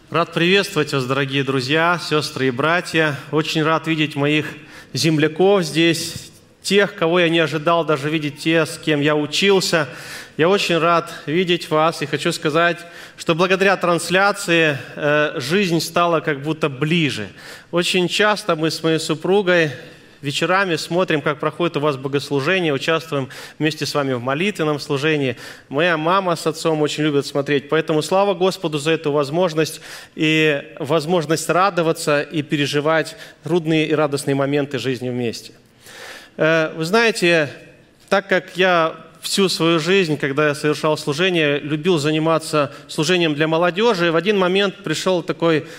Рад приветствовать вас, дорогие друзья, сестры и братья. Очень рад видеть моих земляков здесь, тех, кого я не ожидал даже видеть, те, с кем я учился. Я очень рад видеть вас и хочу сказать, что благодаря трансляции жизнь стала как будто ближе. Очень часто мы с моей супругой вечерами смотрим, как проходит у вас богослужение, участвуем вместе с вами в молитвенном служении. Моя мама с отцом очень любят смотреть, поэтому слава Господу за эту возможность и возможность радоваться и переживать трудные и радостные моменты жизни вместе. Вы знаете, так как я всю свою жизнь, когда я совершал служение, любил заниматься служением для молодежи, в один момент пришел такой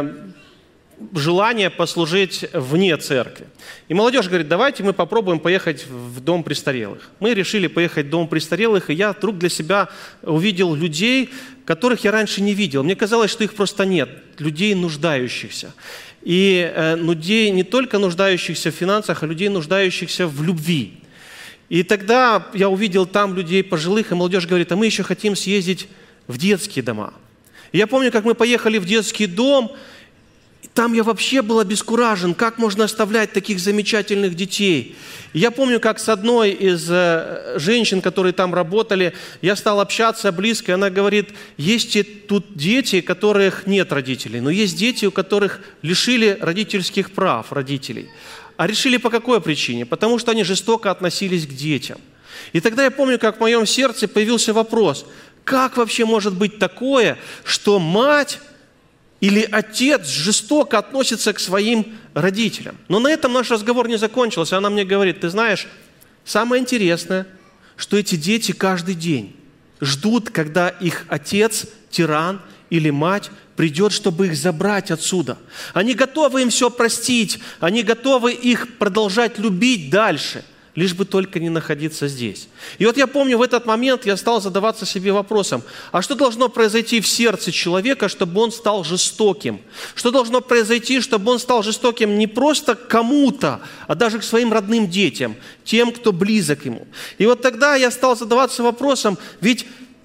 желание послужить вне церкви. И молодежь говорит, давайте мы попробуем поехать в дом престарелых. Мы решили поехать в дом престарелых, и я вдруг для себя увидел людей, которых я раньше не видел. Мне казалось, что их просто нет, людей нуждающихся. И людей не только нуждающихся в финансах, а людей нуждающихся в любви. И тогда я увидел там людей пожилых, и молодежь говорит, а мы еще хотим съездить в детские дома. И я помню, как мы поехали в детский дом, там я вообще был обескуражен, как можно оставлять таких замечательных детей. И я помню, как с одной из женщин, которые там работали, я стал общаться близко, и она говорит, есть тут дети, у которых нет родителей, но есть дети, у которых лишили родительских прав родителей. А решили по какой причине? Потому что они жестоко относились к детям. И тогда я помню, как в моем сердце появился вопрос, как вообще может быть такое, что мать или отец жестоко относится к своим родителям. Но на этом наш разговор не закончился. Она мне говорит, ты знаешь, самое интересное, что эти дети каждый день ждут, когда их отец, тиран или мать придет, чтобы их забрать отсюда. Они готовы им все простить, они готовы их продолжать любить дальше, лишь бы только не находиться здесь. И вот я помню, в этот момент я стал задаваться себе вопросом, а что должно произойти в сердце человека, чтобы он стал жестоким? Что должно произойти, чтобы он стал жестоким не просто к кому-то, а даже к своим родным детям, тем, кто близок ему? И вот тогда я стал задаваться вопросом, ведь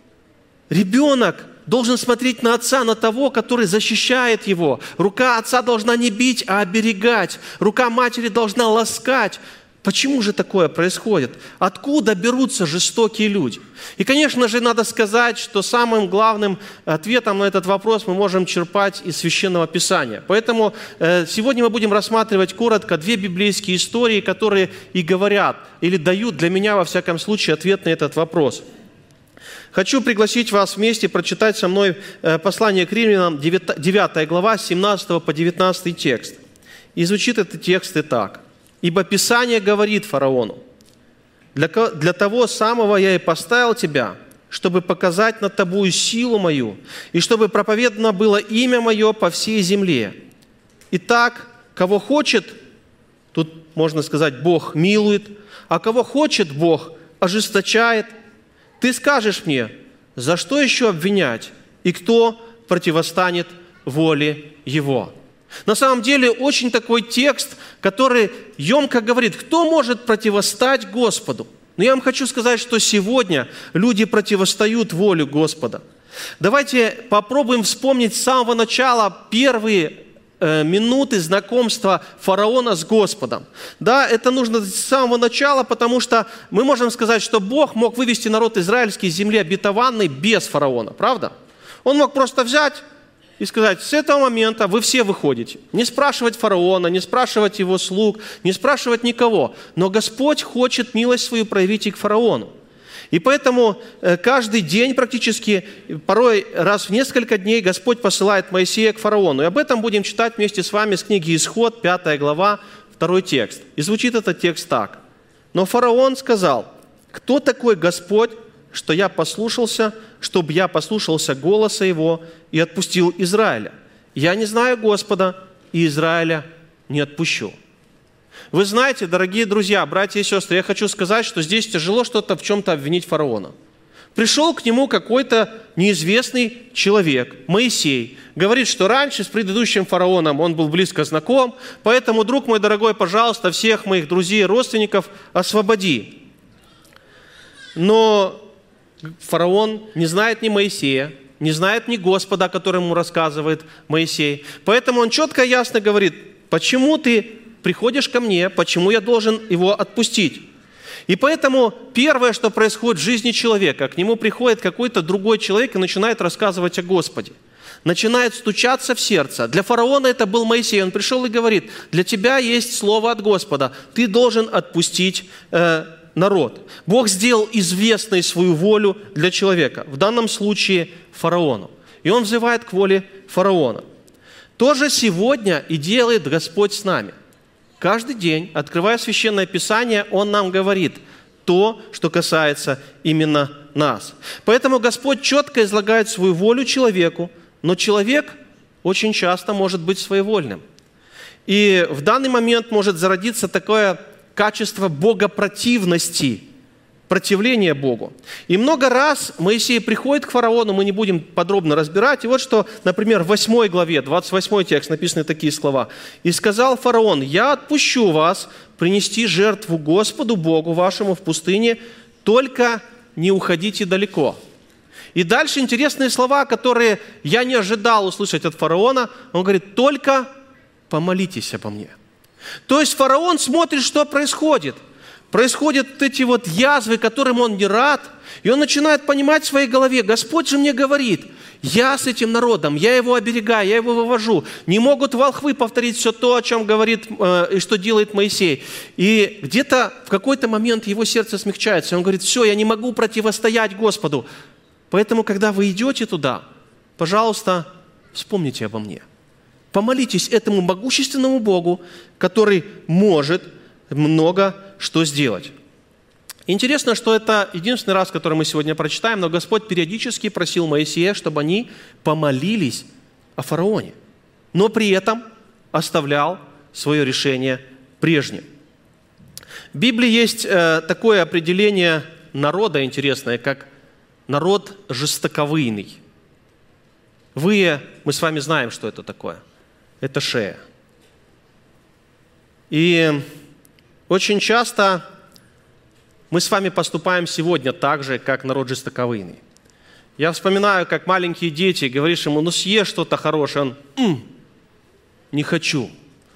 ребенок должен смотреть на отца, на того, который защищает его. Рука отца должна не бить, а оберегать. Рука матери должна ласкать. Почему же такое происходит? Откуда берутся жестокие люди? И, конечно же, надо сказать, что самым главным ответом на этот вопрос мы можем черпать из Священного Писания. Поэтому сегодня мы будем рассматривать коротко две библейские истории, которые и говорят, или дают для меня, во всяком случае, ответ на этот вопрос. Хочу пригласить вас вместе прочитать со мной послание к Римлянам, 9 глава, с 17 по 19 текст. И звучит этот текст и так. «Ибо Писание говорит фараону, для того самого я и поставил тебя, чтобы показать над тобою силу мою, и чтобы проповедано было имя мое по всей земле. Итак, кого хочет, тут можно сказать, Бог милует, а кого хочет, Бог ожесточает. Ты скажешь мне, за что еще обвинять, и кто противостанет воле Его?» На самом деле, очень такой текст, который емко говорит, кто может противостать Господу. Но я вам хочу сказать, что сегодня люди противостают воле Господа. Давайте попробуем вспомнить с самого начала первые минуты знакомства фараона с Господом. Да, это нужно с самого начала, потому что мы можем сказать, что Бог мог вывести народ израильский из земли обетованной без фараона, правда? Он мог просто взять и сказать, с этого момента вы все выходите. Не спрашивать фараона, не спрашивать его слуг, не спрашивать никого. Но Господь хочет милость свою проявить и к фараону. И поэтому каждый день практически, порой раз в несколько дней Господь посылает Моисея к фараону. И об этом будем читать вместе с вами с книги Исход, 5 глава, 2 текст. И звучит этот текст так. «Но фараон сказал, кто такой Господь, чтобы я послушался голоса Его и отпустил Израиля? Я не знаю Господа, и Израиля не отпущу». Вы знаете, дорогие друзья, братья и сестры, я хочу сказать, что здесь тяжело что-то в чем-то обвинить фараона. Пришел к нему какой-то неизвестный человек, Моисей, говорит, что раньше с предыдущим фараоном он был близко знаком, поэтому, друг мой дорогой, пожалуйста, всех моих друзей и родственников освободи. Но фараон не знает ни Моисея, не знает ни Господа, о котором ему рассказывает Моисей. Поэтому он четко и ясно говорит, почему ты приходишь ко мне, почему я должен его отпустить. И поэтому первое, что происходит в жизни человека, к нему приходит какой-то другой человек и начинает рассказывать о Господе. Начинает стучаться в сердце. Для фараона это был Моисей. Он пришел и говорит, для тебя есть слово от Господа. Ты должен отпустить народ. Бог сделал известной свою волю для человека. В данном случае фараону. И он взывает к воле фараона. То же сегодня и делает Господь с нами. Каждый день, открывая Священное Писание, Он нам говорит то, что касается именно нас. Поэтому Господь четко излагает свою волю человеку, но человек очень часто может быть своевольным. И в данный момент может зародиться такое качество богопротивности, противления Богу. И много раз Моисей приходит к фараону, мы не будем подробно разбирать. И вот что, например, в 8 главе, 28 текст, написаны такие слова. «И сказал фараон, я отпущу вас принести жертву Господу Богу вашему в пустыне, только не уходите далеко». И дальше интересные слова, которые я не ожидал услышать от фараона. Он говорит, только помолитесь обо мне. То есть фараон смотрит, что происходит. Происходят вот эти вот язвы, которым он не рад, и он начинает понимать в своей голове, Господь же мне говорит, я с этим народом, я его оберегаю, я его вывожу. Не могут волхвы повторить все то, о чем говорит и что делает Моисей. И где-то в какой-то момент его сердце смягчается, и он говорит, все, я не могу противостоять Господу. Поэтому, когда вы идете туда, пожалуйста, вспомните обо мне. Помолитесь этому могущественному Богу, который может много что сделать. Интересно, что это единственный раз, который мы сегодня прочитаем, но Господь периодически просил Моисея, чтобы они помолились о фараоне, но при этом оставлял свое решение прежним. В Библии есть такое определение народа интересное, как народ жестоковыйный. Мы с вами знаем, что это такое. Это шея. И очень часто мы с вами поступаем сегодня так же, как народ жестоковыйный. Я вспоминаю, как маленькие дети, говоришь ему, съешь что-то хорошее, он, не хочу,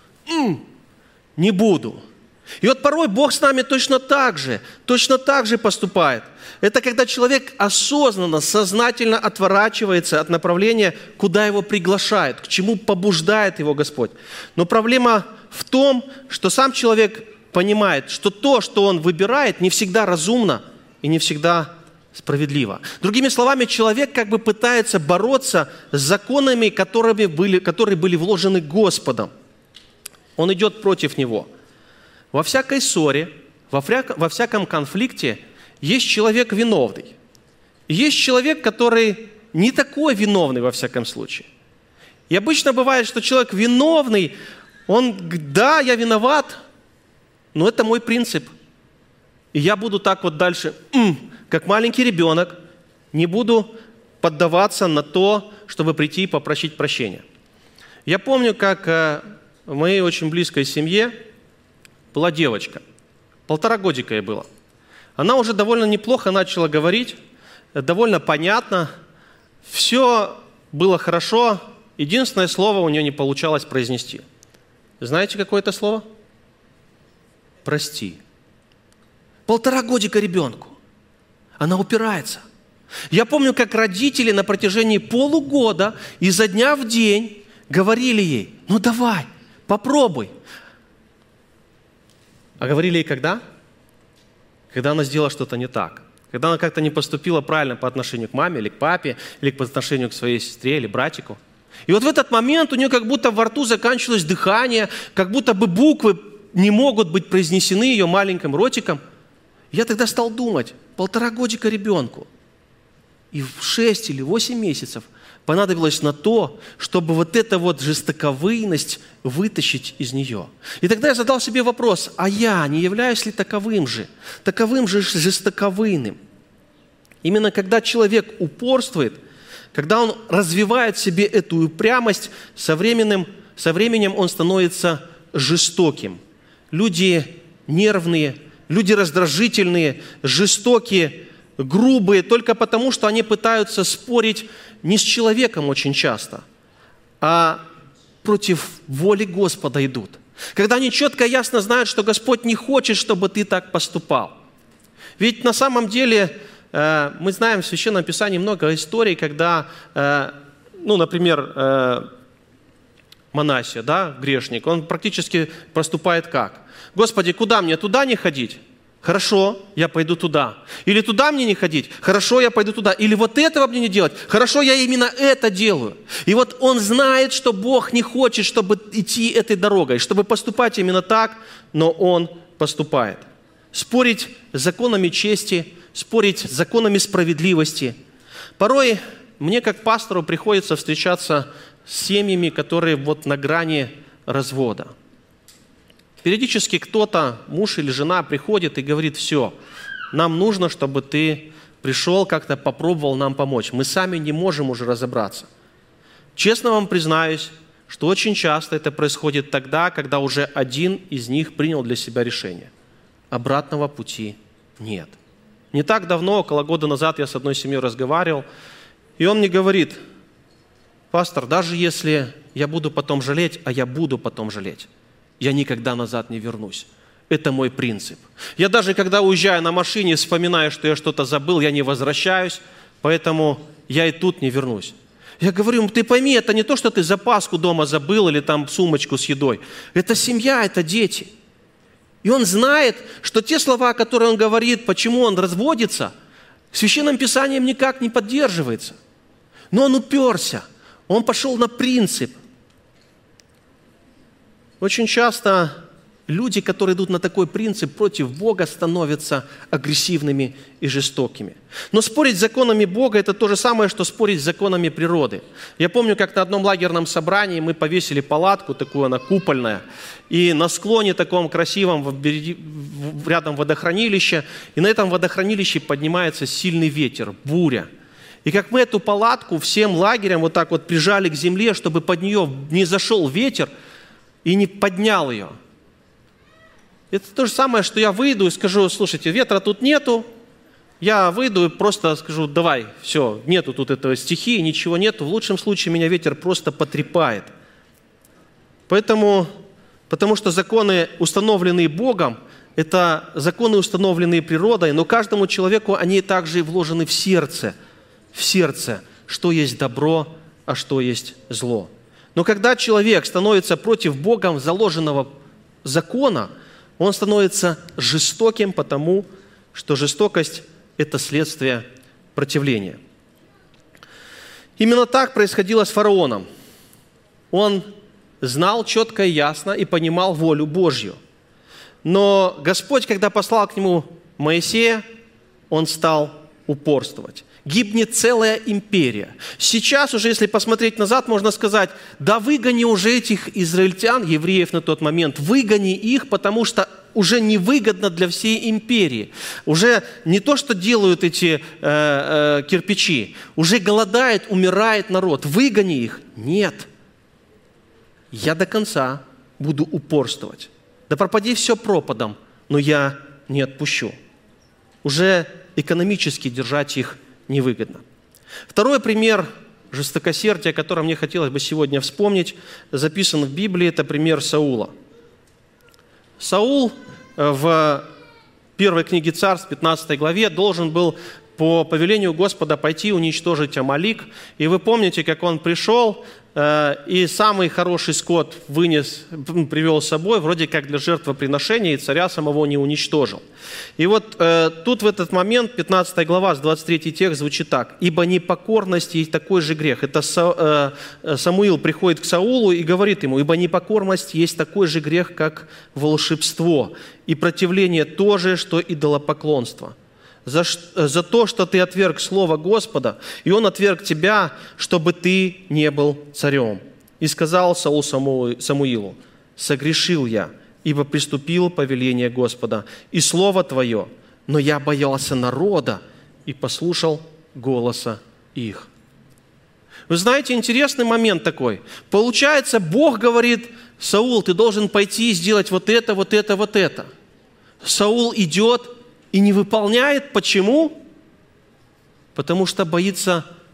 не буду. И вот порой Бог с нами точно так же поступает. Это когда человек осознанно, сознательно отворачивается от направления, куда его приглашает, к чему побуждает его Господь. Но проблема в том, что сам человек понимает, что то, что он выбирает, не всегда разумно и не всегда справедливо. Другими словами, человек как бы пытается бороться с законами, которые были вложены Господом. Он идет против него. Во всякой ссоре, во всяком конфликте есть человек виновный. И есть человек, который не такой виновный во всяком случае. И обычно бывает, что человек виновный, он говорит, да, я виноват, но это мой принцип. И я буду так вот дальше, как маленький ребенок, не буду поддаваться на то, чтобы прийти и попросить прощения. Я помню, как в моей очень близкой семье была девочка. 1,5 годика ей было. Она уже довольно неплохо начала говорить, довольно понятно. Все было хорошо. Единственное слово у нее не получалось произнести. Знаете, какое это слово? Прости. 1,5 годика ребенку. Она упирается. Я помню, как родители на протяжении полугода изо дня в день говорили ей, ну давай, попробуй. А говорили ей когда? Когда она сделала что-то не так. Когда она как-то не поступила правильно по отношению к маме или к папе, или по отношению к своей сестре или братику. И вот в этот момент у нее как будто во рту заканчивалось дыхание, как будто бы буквы не могут быть произнесены ее маленьким ротиком. Я тогда стал думать, 1,5 годика ребенку, и в 6 или 8 месяцев понадобилось на то, чтобы вот эту вот жестоковыйность вытащить из нее. И тогда я задал себе вопрос, а я не являюсь ли таковым же жестоковыйным? Именно когда человек упорствует, когда он развивает в себе эту упрямость, со временем он становится жестоким. Люди нервные, люди раздражительные, жестокие, грубые, только потому, что они пытаются спорить не с человеком очень часто, а против воли Господа идут. Когда они четко и ясно знают, что Господь не хочет, чтобы ты так поступал. Ведь на самом деле мы знаем в Священном Писании много историй, когда, например, Манассия, грешник, он практически поступает как? Господи, куда мне? Туда не ходить? Хорошо, я пойду туда. Или туда мне не ходить? Хорошо, я пойду туда. Или вот этого мне не делать? Хорошо, я именно это делаю. И вот он знает, что Бог не хочет, чтобы идти этой дорогой, чтобы поступать именно так, но он поступает. Спорить с законами чести, спорить с законами справедливости. Порой мне, как пастору, приходится встречаться с семьями, которые вот на грани развода. Периодически кто-то, муж или жена, приходит и говорит: все, нам нужно, чтобы ты пришел, как-то попробовал нам помочь. Мы сами не можем уже разобраться. Честно вам признаюсь, что очень часто это происходит тогда, когда уже один из них принял для себя решение. Обратного пути нет. Не так давно, около года назад, я с одной семьей разговаривал, и он мне говорит: пастор, даже если я буду потом жалеть, а я буду потом жалеть, я никогда назад не вернусь. Это мой принцип. Я даже когда уезжаю на машине, вспоминаю, что я что-то забыл, я не возвращаюсь, поэтому я и тут не вернусь. Я говорю: ты пойми, это не то, что ты запаску дома забыл или там сумочку с едой. Это семья, это дети. И он знает, что те слова, которые он говорит, почему он разводится, Священным Писанием никак не поддерживается. Но он уперся, он пошел на принцип. Очень часто люди, которые идут на такой принцип, против Бога становятся агрессивными и жестокими. Но спорить с законами Бога – это то же самое, что спорить с законами природы. Я помню, как на одном лагерном собрании мы повесили палатку, такую она купольная, и на склоне таком красивом, рядом водохранилище, и на этом водохранилище поднимается сильный ветер, буря. И как мы эту палатку всем лагерем вот так вот прижали к земле, чтобы под нее не зашел ветер и не поднял ее. Это то же самое, что я выйду и скажу: слушайте, ветра тут нету, я выйду и просто скажу: давай, все, нету тут этого стихии, ничего нету. В лучшем случае меня ветер просто потрепает. Потому что законы, установленные Богом, это законы, установленные природой, но каждому человеку они также вложены в сердце, что есть добро, а что есть зло. Но когда человек становится против Богом заложенного закона, он становится жестоким, потому что жестокость – это следствие противления. Именно так происходило с фараоном. Он знал четко и ясно и понимал волю Божью. Но Господь, когда послал к нему Моисея, он стал упорствовать. Гибнет целая империя. Сейчас уже, если посмотреть назад, можно сказать: да выгони уже этих израильтян, евреев на тот момент, выгони их, потому что уже невыгодно для всей империи. Уже не то, что делают эти кирпичи, уже голодает, умирает народ. Выгони их. Нет. Я до конца буду упорствовать. Да пропади все пропадом, но я не отпущу. Уже экономически держать их невыгодно. Второй пример жестокосердия, который мне хотелось бы сегодня вспомнить, записан в Библии, это пример Саула. Саул в первой книге Царств, 15 главе, должен был по повелению Господа пойти уничтожить Амалик. И вы помните, как он пришел и самый хороший скот привел с собой, вроде как для жертвоприношения, и царя самого не уничтожил. И вот тут в этот момент, 15 глава, с 23 текст звучит так: «Ибо непокорность есть такой же грех». Это Самуил приходит к Саулу и говорит ему: «Ибо непокорность есть такой же грех, как волшебство, и противление то же, что идолопоклонство. За то, что ты отверг слово Господа, и он отверг тебя, чтобы ты не был царем. И сказал Саул Самуилу: согрешил я, ибо приступил повеление Господа и слово твое, но я боялся народа и послушал голоса их». Вы знаете, интересный момент такой. Получается, Бог говорит: Саул, ты должен пойти и сделать вот это, вот это, вот это. Саул идет и не выполняет. Почему? Потому что боится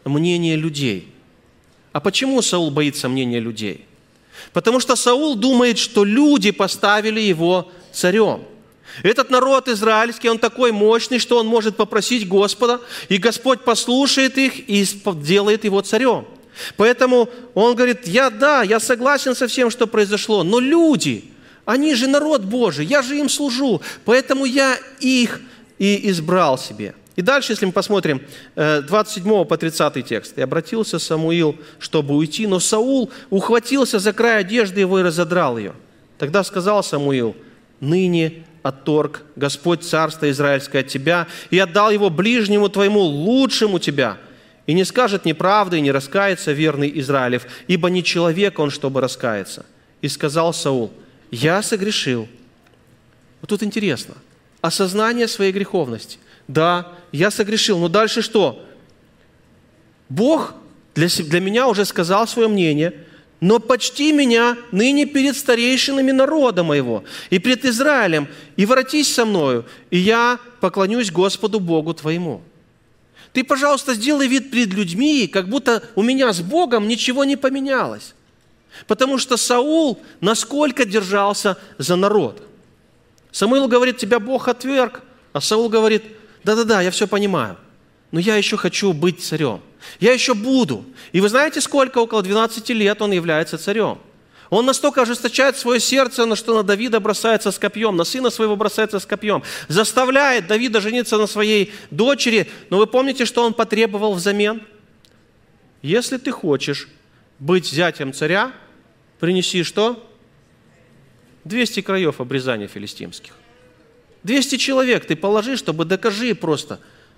мнение людей. А почему Саул боится мнения людей? Потому что Саул думает, что люди поставили его царем. Этот народ израильский, он такой мощный, что он может попросить Господа, и Господь послушает их и делает его царем. Поэтому он говорит, я согласен со всем, что произошло, но люди, они же народ Божий, я же им служу, поэтому я их и избрал себе. И дальше, если мы посмотрим 27 по 30 текст. «И обратился Самуил, чтобы уйти, но Саул ухватился за край одежды его и разодрал ее. Тогда сказал Самуил, ныне отторг Господь царство израильское от тебя и отдал его ближнему твоему, лучшему тебя, и не скажет неправды, и не раскается верный Израилев, ибо не человек он, чтобы раскаяться. И сказал Саул, я согрешил». Вот тут интересно. Осознание своей греховности. Да, я согрешил, но дальше что? Бог для меня уже сказал свое мнение, но почти меня ныне перед старейшинами народа моего и пред Израилем, и воротись со мною, и я поклонюсь Господу Богу твоему. Ты, пожалуйста, сделай вид перед людьми, как будто у меня с Богом ничего не поменялось. Потому что Саул насколько держался за народ. Самуил говорит, тебя Бог отверг, а Саул говорит, да-да-да, я все понимаю, но я еще хочу быть царем. Я еще буду. И вы знаете, сколько? Около 12 лет он является царем. Он настолько ожесточает свое сердце, что на Давида бросается с копьем, на сына своего бросается с копьем. Заставляет Давида жениться на своей дочери. Но вы помните, что он потребовал взамен? Если ты хочешь быть зятем царя, принеси что? 200 краев обрезания филистимских. 200 человек ты положи, чтобы докажи просто.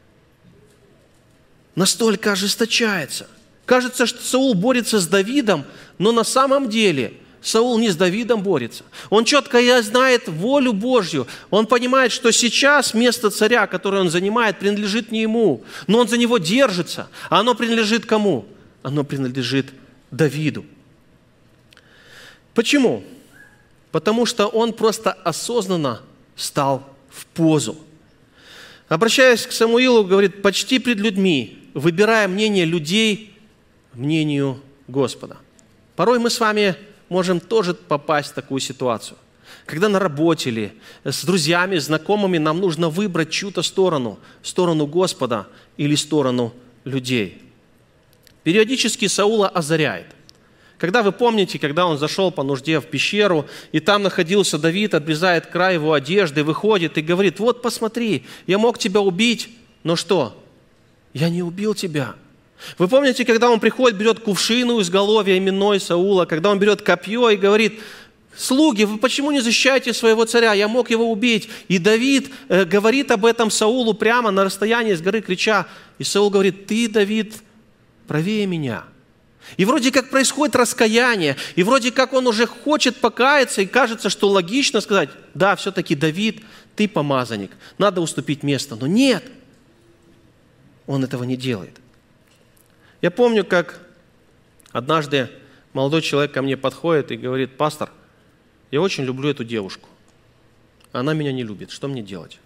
Настолько ожесточается. Кажется, что Саул борется с Давидом, но на самом деле Саул не с Давидом борется. Он четко знает волю Божью. Он понимает, что сейчас место царя, которое он занимает, принадлежит не ему, но он за него держится. А оно принадлежит кому? Оно принадлежит Давиду. Почему? Потому что он просто осознанно стал в позу. Обращаясь к Самуилу, говорит, почти пред людьми, выбирая мнение людей, мнению Господа. Порой мы с вами можем тоже попасть в такую ситуацию. Когда на работе или с друзьями, знакомыми нам нужно выбрать чью-то сторону Господа или сторону людей. Периодически Саула озаряет. Когда вы помните, когда он зашел по нужде в пещеру, и там находился Давид, отрезает край его одежды, выходит и говорит, вот посмотри, я мог тебя убить, но что? Я не убил тебя. Вы помните, когда он приходит, берет кувшину изголовья именной Саула, когда он берет копье и говорит, слуги, вы почему не защищаете своего царя? Я мог его убить. И Давид говорит об этом Саулу прямо на расстоянии с горы, крича. И Саул говорит, ты, Давид, правее меня. И вроде как происходит раскаяние, и вроде как он уже хочет покаяться, и кажется, что логично сказать, да, все-таки, Давид, ты помазанник, надо уступить место. Но нет, он этого не делает. Я помню, как однажды молодой человек ко мне подходит и говорит, пастор, я очень люблю эту девушку, она меня не любит, что мне делать?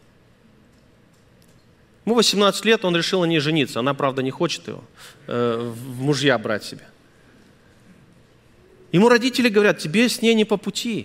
Ему 18 лет, он решил на ней жениться. Она, правда, не хочет его в мужья брать себе. Ему родители говорят, тебе с ней не по пути.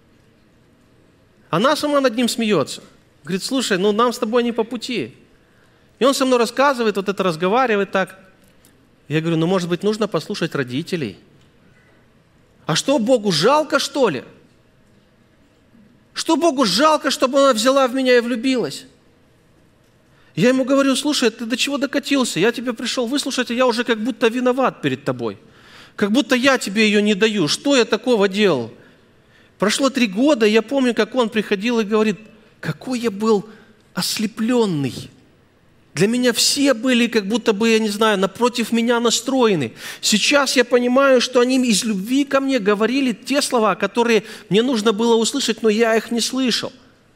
Она сама над ним смеется. Говорит, слушай, нам с тобой не по пути. И он со мной рассказывает, вот это разговаривает так. Я говорю, может быть, нужно послушать родителей. А что, Богу жалко, что ли? Что Богу жалко, чтобы она взяла в меня и влюбилась? Я ему говорю, слушай, ты до чего докатился? Я тебе пришел выслушать, а я уже как будто виноват перед тобой. Как будто я тебе ее не даю. Что я такого делал? Прошло 3 года, и я помню, как он приходил и говорит, какой я был ослепленный. Для меня все были как будто бы, я не знаю, напротив меня настроены. Сейчас я понимаю, что они из любви ко мне говорили те слова, которые мне нужно было услышать, но я их не слышал.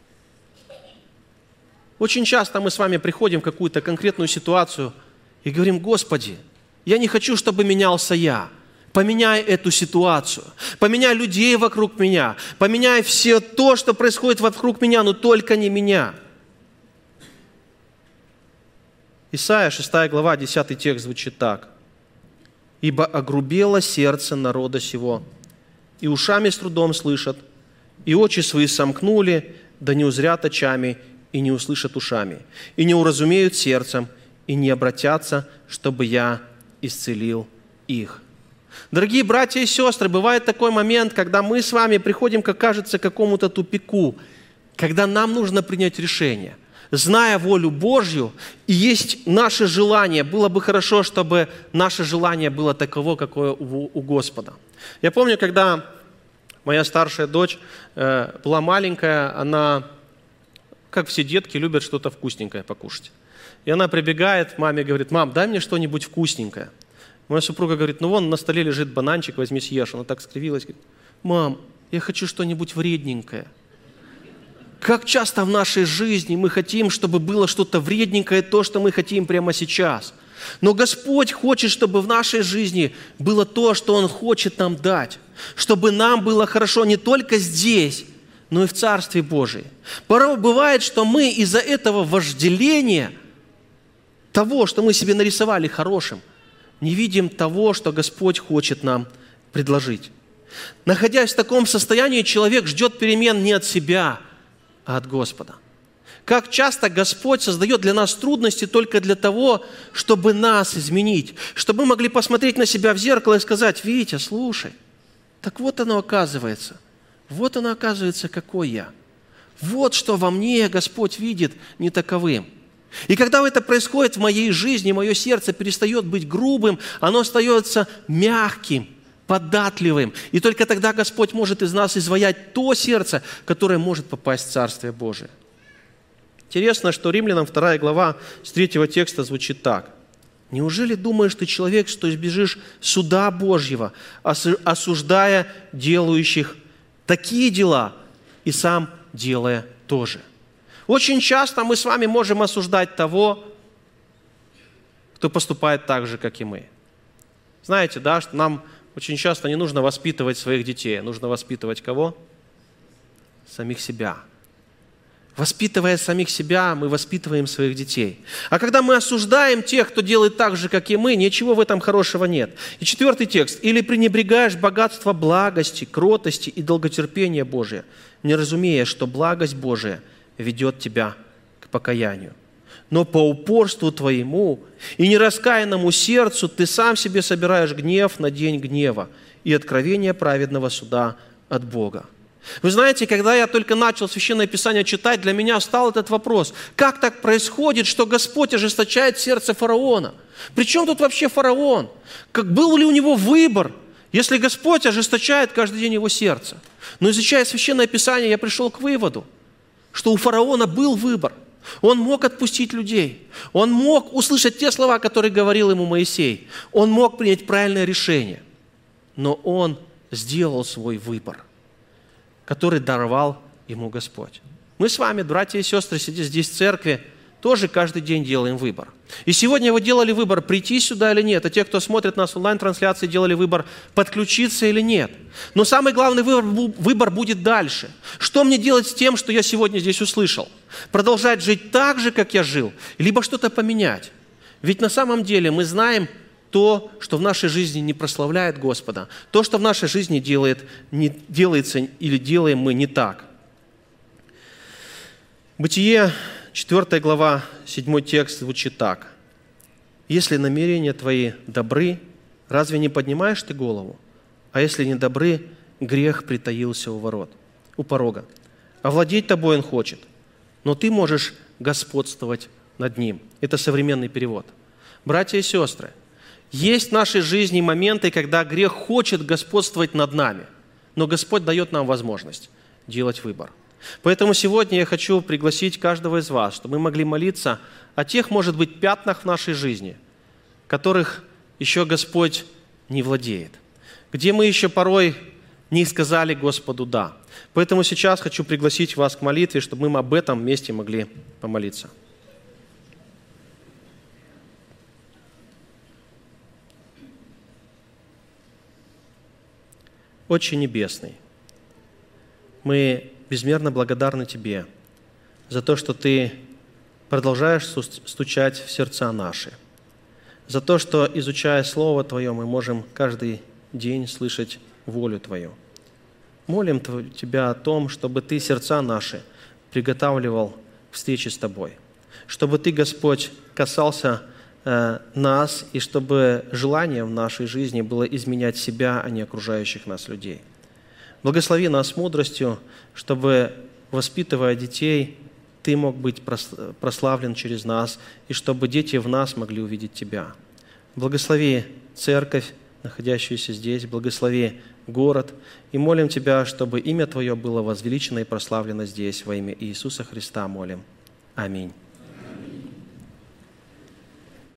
Очень часто мы с вами приходим в какую-то конкретную ситуацию и говорим, Господи, я не хочу, чтобы менялся я. Поменяй эту ситуацию, поменяй людей вокруг меня, поменяй все то, что происходит вокруг меня, но только не меня. Исайя, 6 глава, 10 текст звучит так. «Ибо огрубело сердце народа сего, и ушами с трудом слышат, и очи свои сомкнули, да не узрят очами, и не услышат ушами, и не уразумеют сердцем, и не обратятся, чтобы я исцелил их». Дорогие братья и сестры, бывает такой момент, когда мы с вами приходим, как кажется, к какому-то тупику, когда нам нужно принять решение. Зная волю Божью, и есть наше желание, было бы хорошо, чтобы наше желание было таково, какое у Господа. Я помню, когда моя старшая дочь была маленькая, она, как все детки, любят что-то вкусненькое покушать. И она прибегает к маме и говорит: «Мам, дай мне что-нибудь вкусненькое». Моя супруга говорит: «Ну вон на столе лежит бананчик, возьми съешь». Она так скривилась, говорит: «Мам, я хочу что-нибудь вредненькое». Как часто в нашей жизни мы хотим, чтобы было что-то вредненькое, то, что мы хотим прямо сейчас. Но Господь хочет, чтобы в нашей жизни было то, что Он хочет нам дать. Чтобы нам было хорошо не только здесь, но и в Царстве Божьем. Порой бывает, что мы из-за этого вожделения, того, что мы себе нарисовали хорошим, не видим того, что Господь хочет нам предложить. Находясь в таком состоянии, человек ждет перемен не от себя, а от Господа. Как часто Господь создает для нас трудности только для того, чтобы нас изменить, чтобы мы могли посмотреть на себя в зеркало и сказать: «Витя, слушай, так вот оно оказывается, какой я. Вот что во мне Господь видит не таковым». И когда это происходит в моей жизни, мое сердце перестает быть грубым, оно остается мягким, податливым. И только тогда Господь может из нас изваять то сердце, которое может попасть в Царствие Божие. Интересно, что Римлянам 2 глава с 3 текста звучит так. «Неужели думаешь ты, человек, что избежишь суда Божьего, осуждая делающих такие дела, и сам делая тоже?» Очень часто мы с вами можем осуждать того, кто поступает так же, как и мы. Знаете, да, что нам очень часто не нужно воспитывать своих детей, нужно воспитывать кого? Самих себя. Воспитывая самих себя, мы воспитываем своих детей. А когда мы осуждаем тех, кто делает так же, как и мы, ничего в этом хорошего нет. И 4 текст. «Или пренебрегаешь богатство благости, кротости и долготерпения Божия, не разумея, что благость Божия ведет тебя к покаянию. Но по упорству твоему и нераскаянному сердцу ты сам себе собираешь гнев на день гнева и откровение праведного суда от Бога». Вы знаете, когда я только начал Священное Писание читать, для меня стал этот вопрос. Как так происходит, что Господь ожесточает сердце фараона? Причем тут вообще фараон? Был ли у него выбор, если Господь ожесточает каждый день его сердце? Но изучая Священное Писание, я пришел к выводу, что у фараона был выбор. Он мог отпустить людей. Он мог услышать те слова, которые говорил ему Моисей. Он мог принять правильное решение. Но он сделал свой выбор, который даровал ему Господь. Мы с вами, братья и сестры, сидя здесь в церкви, тоже каждый день делаем выбор. И сегодня вы делали выбор, прийти сюда или нет. А те, кто смотрит нас в онлайн-трансляции, делали выбор, подключиться или нет. Но самый главный выбор будет дальше. Что мне делать с тем, что я сегодня здесь услышал? Продолжать жить так же, как я жил? Либо что-то поменять? Ведь на самом деле мы знаем то, что в нашей жизни не прославляет Господа. То, что в нашей жизни делается или делаем мы не так. Бытие 4 глава, 7 текст звучит так. «Если намерения твои добры, разве не поднимаешь ты голову? А если не добры, грех притаился у порога. Овладеть тобой он хочет, но ты можешь господствовать над ним». Это современный перевод. Братья и сестры, есть в нашей жизни моменты, когда грех хочет господствовать над нами, но Господь дает нам возможность делать выбор. Поэтому сегодня я хочу пригласить каждого из вас, чтобы мы могли молиться о тех, может быть, пятнах в нашей жизни, которых еще Господь не владеет, где мы еще порой не сказали Господу «да». Поэтому сейчас хочу пригласить вас к молитве, чтобы мы об этом вместе могли помолиться. Отче Небесный, мы безмерно благодарны Тебе за то, что Ты продолжаешь стучать в сердца наши. За то, что, изучая Слово Твое, мы можем каждый день слышать волю Твою. Молим Тебя о том, чтобы Ты сердца наши приготавливал к встрече с Тобой, чтобы Ты, Господь, касался нас, и чтобы желание в нашей жизни было изменять себя, а не окружающих нас людей. Благослови нас мудростью, чтобы, воспитывая детей, Ты мог быть прославлен через нас, и чтобы дети в нас могли увидеть Тебя. Благослови церковь, находящуюся здесь, благослови город, и молим Тебя, чтобы имя Твое было возвеличено и прославлено здесь. Во имя Иисуса Христа молим. Аминь.